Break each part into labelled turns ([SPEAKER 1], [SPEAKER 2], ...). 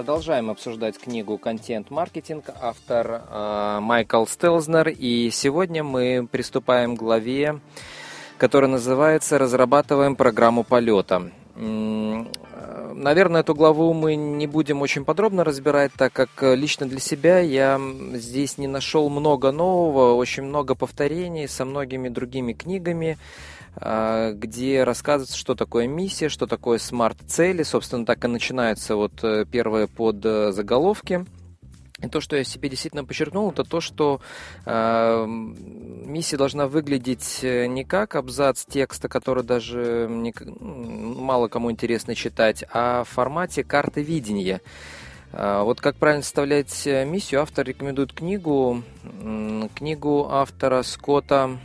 [SPEAKER 1] Продолжаем обсуждать книгу «Контент-маркетинг», автор Майкл Стелзнер. И сегодня мы приступаем к главе, которая называется «Разрабатываем программу полета». Наверное, эту главу мы не будем очень подробно разбирать, так как лично для себя я здесь не нашел много нового, очень много повторений со многими другими книгами, где рассказывается, что такое миссия, что такое смарт-цели. Собственно, так и начинаются вот первые подзаголовки. И то, что я себе действительно подчеркнул, это то, что миссия должна выглядеть не как абзац текста, который даже мало кому интересно читать, а в формате карты видения. Вот как правильно составлять миссию, автор рекомендует книгу автора Скотта,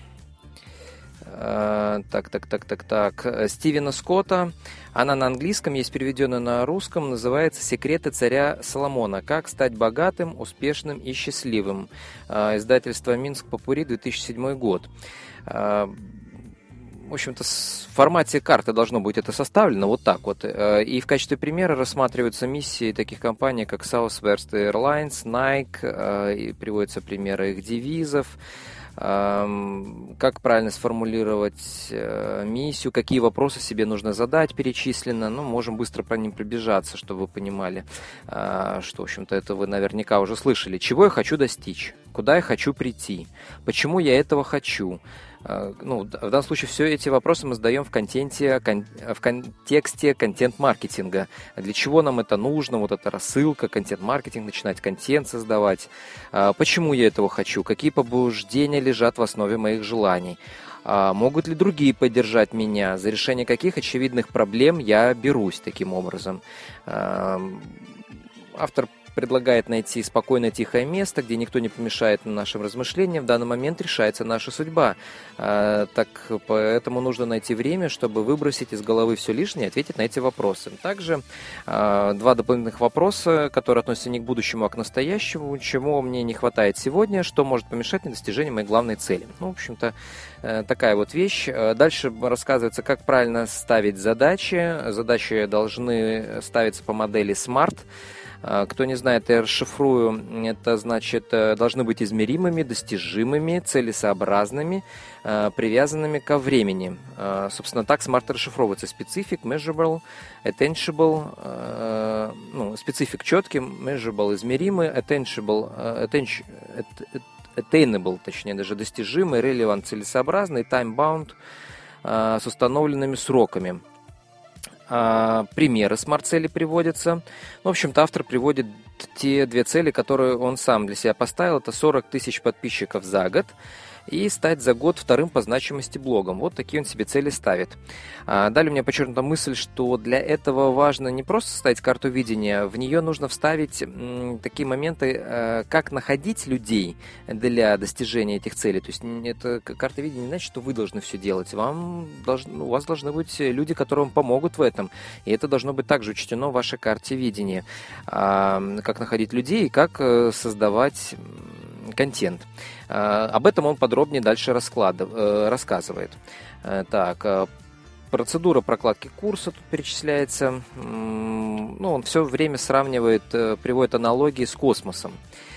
[SPEAKER 1] Стивена Скотта. Она на английском, есть переведенная на русском, называется «Секреты царя Соломона. Как стать богатым, успешным и счастливым». Издательство Минск Попурри, 2007 год. В общем-то, в формате карты должно быть это составлено вот так вот. И в качестве примера рассматриваются миссии таких компаний, как Southwest Airlines, Nike, и приводятся примеры их девизов. Как правильно сформулировать миссию, какие вопросы себе нужно задать, перечислено. Можем быстро по ним пробежаться, чтобы вы понимали, что, в общем-то, это вы наверняка уже слышали. Чего я хочу достичь? Куда я хочу прийти? Почему я этого хочу? В данном случае все эти вопросы мы задаем в контексте контент-маркетинга. Для чего нам это нужно? Вот эта рассылка, контент-маркетинг, начинать контент создавать. Почему я этого хочу? Какие побуждения лежат в основе моих желаний? Могут ли другие поддержать меня? За решение каких очевидных проблем я берусь таким образом? Автор предлагает найти спокойное, тихое место, где никто не помешает нашим размышлениям. В данный момент решается наша судьба. Поэтому нужно найти время, чтобы выбросить из головы все лишнее и ответить на эти вопросы. Также два дополнительных вопроса, которые относятся не к будущему, а к настоящему. Чего мне не хватает сегодня, что может помешать мне достижению моей главной цели. В общем-то, такая вот вещь. Дальше рассказывается, как правильно ставить задачи. Задачи должны ставиться по модели SMART. Кто не знает, я расшифрую. Это значит, должны быть измеримыми, достижимыми, целесообразными, привязанными ко времени. Собственно, так SMART расшифровывается. Specific, measurable, attainable. Specific четкий, measurable измеримый, attainable, точнее даже достижимый, relevant целесообразный, time-bound с установленными сроками. Примеры смарт-цели приводятся. В общем-то, автор приводит те две цели, которые он сам для себя поставил. Это 40 тысяч подписчиков за год и стать за год вторым по значимости блогом. Вот такие он себе цели ставит. Далее у меня подчеркнута мысль, что для этого важно не просто составить карту видения, в нее нужно вставить такие моменты, как находить людей для достижения этих целей. То есть это карта видения не значит, что вы должны все делать. У вас должны быть люди, которые вам помогут в этом. И это должно быть также учтено в вашей карте видения. Как находить людей и как создавать контент. Об этом он подробнее дальше рассказывает. Процедура прокладки курса тут перечисляется. Он все время сравнивает, приводит аналогии с космосом.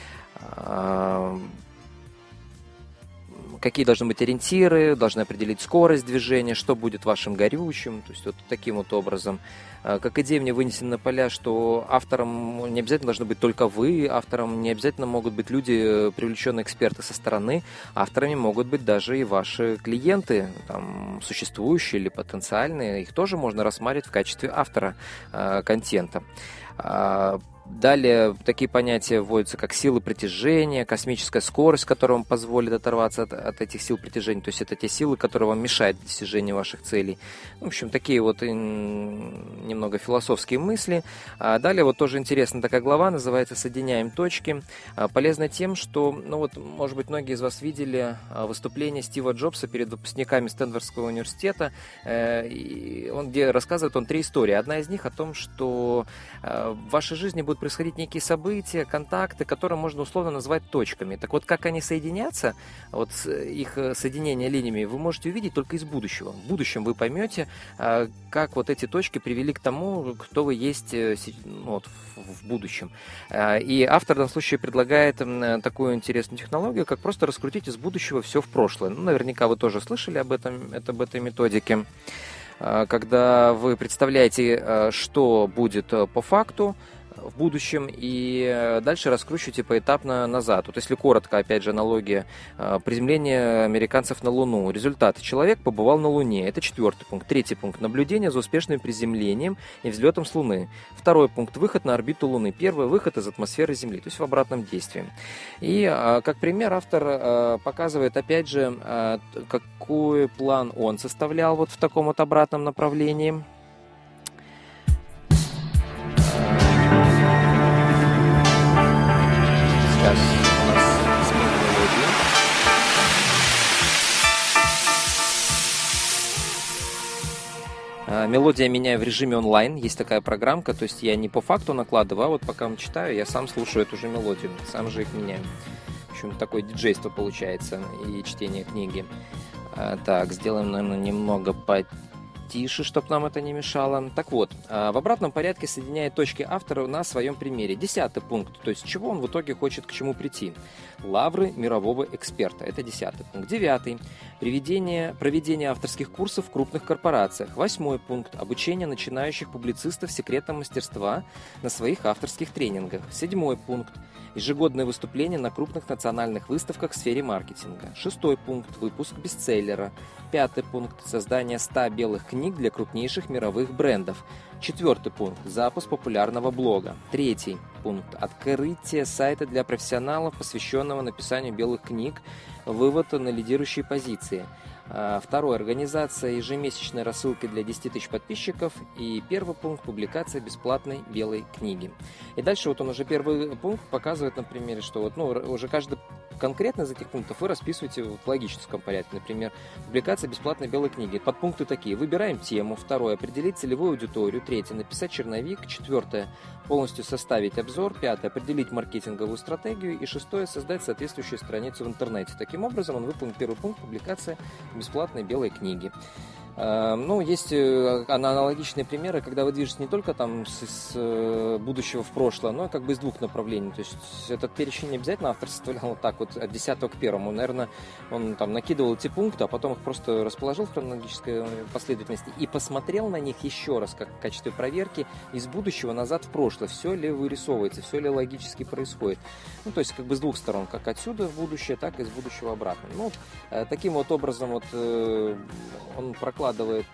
[SPEAKER 1] Какие должны быть ориентиры, должны определить скорость движения, что будет вашим горючим, то есть вот таким вот образом. Как идея мне вынесена на поля, что автором не обязательно должны быть только вы, автором не обязательно могут быть люди, привлеченные эксперты со стороны, авторами могут быть даже и ваши клиенты, существующие или потенциальные, их тоже можно рассматривать в качестве автора контента. Далее такие понятия вводятся, как силы притяжения, космическая скорость, которая вам позволит оторваться от этих сил притяжения. То есть это те силы, которые вам мешают достижению ваших целей. В общем, такие вот немного философские мысли. Далее вот тоже интересная такая глава, называется «Соединяем точки». Полезна тем, что, может быть, многие из вас видели выступление Стива Джобса перед выпускниками Стэнфордского университета, где рассказывает он 3 истории. Одна из них о том, что в вашей жизни будет будут происходить некие события, контакты, которые можно условно назвать точками. Так вот, как они соединятся, вот их соединение линиями, вы можете увидеть только из будущего. В будущем вы поймете, как вот эти точки привели к тому, кто вы есть вот, в будущем. И автор в данном случае предлагает такую интересную технологию, как просто раскрутить из будущего все в прошлое. Ну, наверняка вы тоже слышали об этой методике. Когда вы представляете, что будет по факту в будущем, и дальше раскручиваете поэтапно назад. Вот если коротко, опять же, аналогия приземления американцев на Луну. Результат. Человек побывал на Луне. Это 4-й пункт. 3-й пункт. Наблюдение за успешным приземлением и взлетом с Луны. 2-й пункт. Выход на орбиту Луны. 1-й. Выход из атмосферы Земли. То есть в обратном действии. И как пример автор показывает, опять же, какой план он составлял вот в таком вот обратном направлении. Сейчас у нас сменит мелодию. Мелодия меняю в режиме онлайн. Есть такая программка, то есть я не по факту накладываю, а вот пока вам читаю, я сам слушаю эту же мелодию, сам же их меняю. В общем, такое диджейство получается и чтение книги. Так, сделаем, наверное, немного потише, чтобы нам это не мешало. Так вот, в обратном порядке соединяет точки автора на своем примере. 10-й пункт, то есть чего он в итоге хочет к чему прийти. Лавры мирового эксперта. Это 10-й пункт. 9-й. Проведение авторских курсов в крупных корпорациях. 8-й пункт. Обучение начинающих публицистов секретам мастерства на своих авторских тренингах. 7-й пункт. Ежегодное выступление на крупных национальных выставках в сфере маркетинга. 6-й пункт. Выпуск бестселлера. 5-й пункт. Создание 100 белых книг для крупнейших мировых брендов. 4-й пункт. Запуск популярного блога. 3-й пункт. Открытие сайта для профессионалов, посвященного написанию белых книг. Вывод на лидирующие позиции. 2-й. Организация ежемесячной рассылки для 10 тысяч подписчиков. И 1-й пункт. Публикация бесплатной белой книги. И дальше вот он уже 1-й пункт показывает на примере, что вот, уже каждый конкретно из этих пунктов вы расписываете в логическом порядке. Например, публикация бесплатной белой книги. Подпункты такие. Выбираем тему. 2-й. Определить целевую аудиторию. 3-й. Написать черновик. 4-й. Полностью составить обзор. 5-й. Определить маркетинговую стратегию. И 6-й. Создать соответствующую страницу в интернете. Таким образом, он выполнил 1-й пункт. Публикация бесплатной белой книги. Есть аналогичные примеры, когда вы движетесь не только там с будущего в прошлое, но как бы из двух направлений. То есть этот перечень не обязательно автор составлял вот так вот от 10 к 1. Наверное, он там накидывал эти пункты, а потом их просто расположил в хронологической последовательности и посмотрел на них еще раз, как в качестве проверки из будущего назад в прошлое. Все ли вырисовывается, все ли логически происходит. То есть как бы с двух сторон, как отсюда в будущее, так и из будущего обратно. Таким вот образом он прокладывает,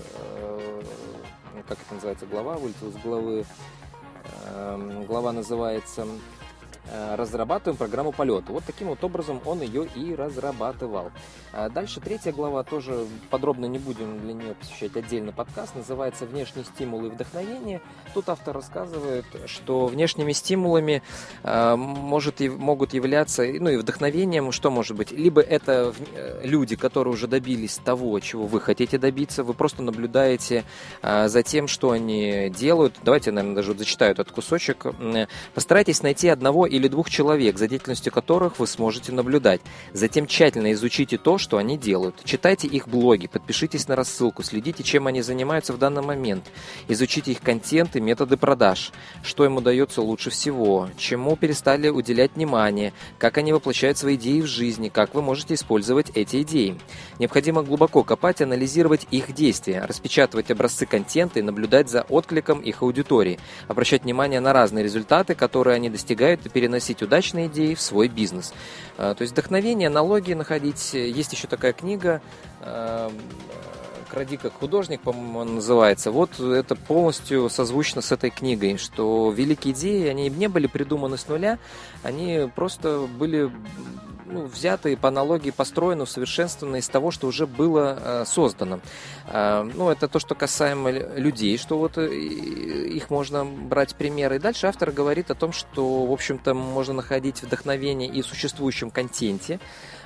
[SPEAKER 1] как это называется, глава, вылетела из головы, глава называется «Разрабатываем программу полета». Вот таким вот образом он ее и разрабатывал. Дальше 3-я глава, тоже подробно не будем для нее посвящать отдельно подкаст, называется «Внешние стимулы и вдохновение». Тут автор рассказывает, что внешними стимулами могут являться, и вдохновением, что может быть? Либо это люди, которые уже добились того, чего вы хотите добиться, вы просто наблюдаете за тем, что они делают. Давайте, наверное, даже зачитаю этот кусочек. Постарайтесь найти одного или 2 человек, за деятельностью которых вы сможете наблюдать. Затем тщательно изучите то, что они делают. Читайте их блоги, подпишитесь на рассылку, следите, чем они занимаются в данный момент. Изучите их контент и методы продаж, что им удается лучше всего, чему перестали уделять внимание, как они воплощают свои идеи в жизни, как вы можете использовать эти идеи. Необходимо глубоко копать и анализировать их действия, распечатывать образцы контента и наблюдать за откликом их аудитории, обращать внимание на разные результаты, которые они достигают, и переносить удачные идеи в свой бизнес. То есть вдохновение, аналогии находить. Есть еще такая книга «Кради как художник», по-моему, он называется. Вот это полностью созвучно с этой книгой, что великие идеи, они не были придуманы с нуля, они просто были взяты по аналогии, построены, усовершенствованы из того, что уже было создано. Это то, что касаемо людей, что вот их можно брать примеры. И дальше автор говорит о том, что, в общем-то, можно находить вдохновение и в существующем контенте.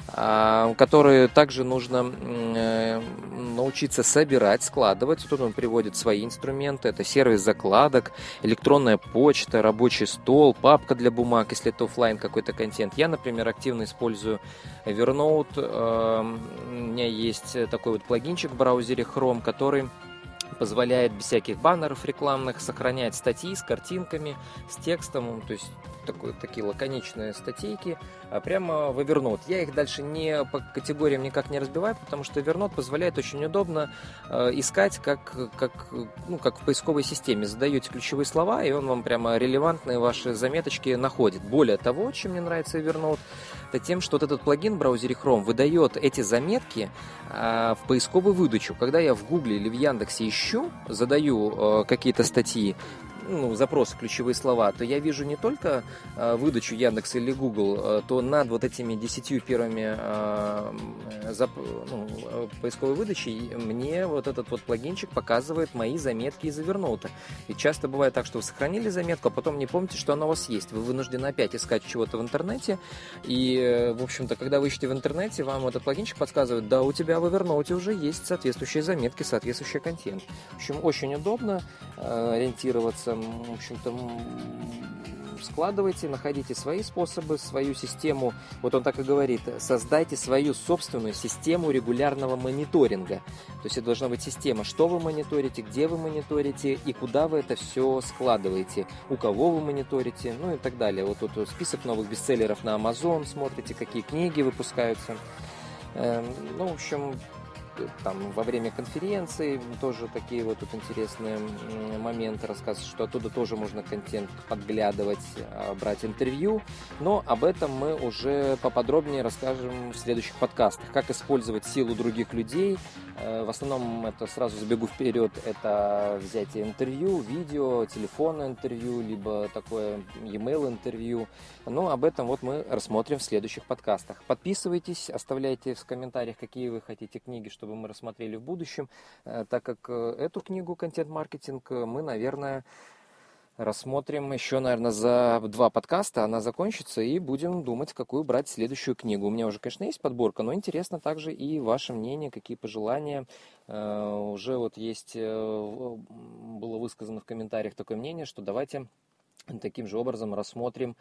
[SPEAKER 1] которые также нужно научиться собирать, складывать. Тут он приводит свои инструменты. Это сервис закладок, электронная почта, рабочий стол, папка для бумаг, если это офлайн какой-то контент. Я, например, активно использую Evernote. У меня есть такой вот плагинчик в браузере Chrome, который позволяет без всяких баннеров рекламных сохранять статьи с картинками, с текстом, то есть такие лаконичные статейки прямо в Evernote. Я их дальше не по категориям никак не разбиваю, потому что Evernote позволяет очень удобно искать, как в поисковой системе. Задаете ключевые слова, и он вам прямо релевантные ваши заметочки находит. Более того, чем мне нравится Evernote, это тем, что вот этот плагин в браузере Chrome выдает эти заметки в поисковую выдачу. Когда я в Гугле или в Яндексе ищу, задаю какие-то статьи, запросы, ключевые слова, то я вижу не только выдачу Яндекса или Google, то над вот этими 10 первыми поисковой выдачей мне вот этот вот плагинчик показывает мои заметки из Evernote. И часто бывает так, что вы сохранили заметку, а потом не помните, что она у вас есть. Вы вынуждены опять искать чего-то в интернете. И, в общем-то, когда вы ищете в интернете, вам этот плагинчик подсказывает, да, у тебя в Evernote уже есть соответствующие заметки, соответствующий контент. В общем, очень удобно ориентироваться. В общем-то, складывайте, находите свои способы, свою систему. Вот он так и говорит, создайте свою собственную систему регулярного мониторинга. То есть это должна быть система, что вы мониторите, где вы мониторите и куда вы это все складываете, у кого вы мониторите, и так далее. Вот тут список новых бестселлеров на Amazon, смотрите, какие книги выпускаются. В общем, там во время конференции тоже такие вот тут интересные моменты рассказывают, что оттуда тоже можно контент подглядывать, брать интервью, но об этом мы уже поподробнее расскажем в следующих подкастах. Как использовать силу других людей. В основном это, сразу забегу вперед, это взятие интервью, видео, телефонное интервью, либо такое e-mail интервью. Но об этом вот мы рассмотрим в следующих подкастах. Подписывайтесь, оставляйте в комментариях, какие вы хотите книги, чтобы мы рассмотрели в будущем, так как эту книгу «Контент-маркетинг» мы, наверное, рассмотрим еще, наверное, за 2 подкаста. Она закончится, и будем думать, какую брать следующую книгу. У меня уже, конечно, есть подборка, но интересно также и ваше мнение, какие пожелания. Уже вот есть, было высказано в комментариях такое мнение, что давайте таким же образом рассмотрим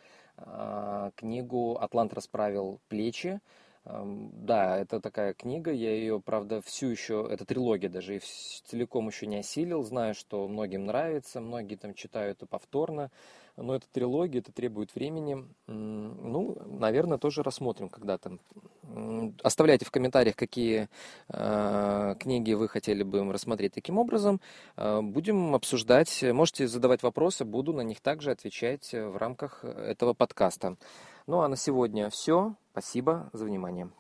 [SPEAKER 1] книгу «Атлант расправил плечи». Да, это такая книга, я ее, правда, всю еще, это трилогия даже, и целиком еще не осилил, знаю, что многим нравится, многие там читают и повторно, но это трилогия, это требует времени, наверное, тоже рассмотрим когда-то. Оставляйте в комментариях, какие книги вы хотели бы рассмотреть таким образом, будем обсуждать, можете задавать вопросы, буду на них также отвечать в рамках этого подкаста. А на сегодня все. Спасибо за внимание.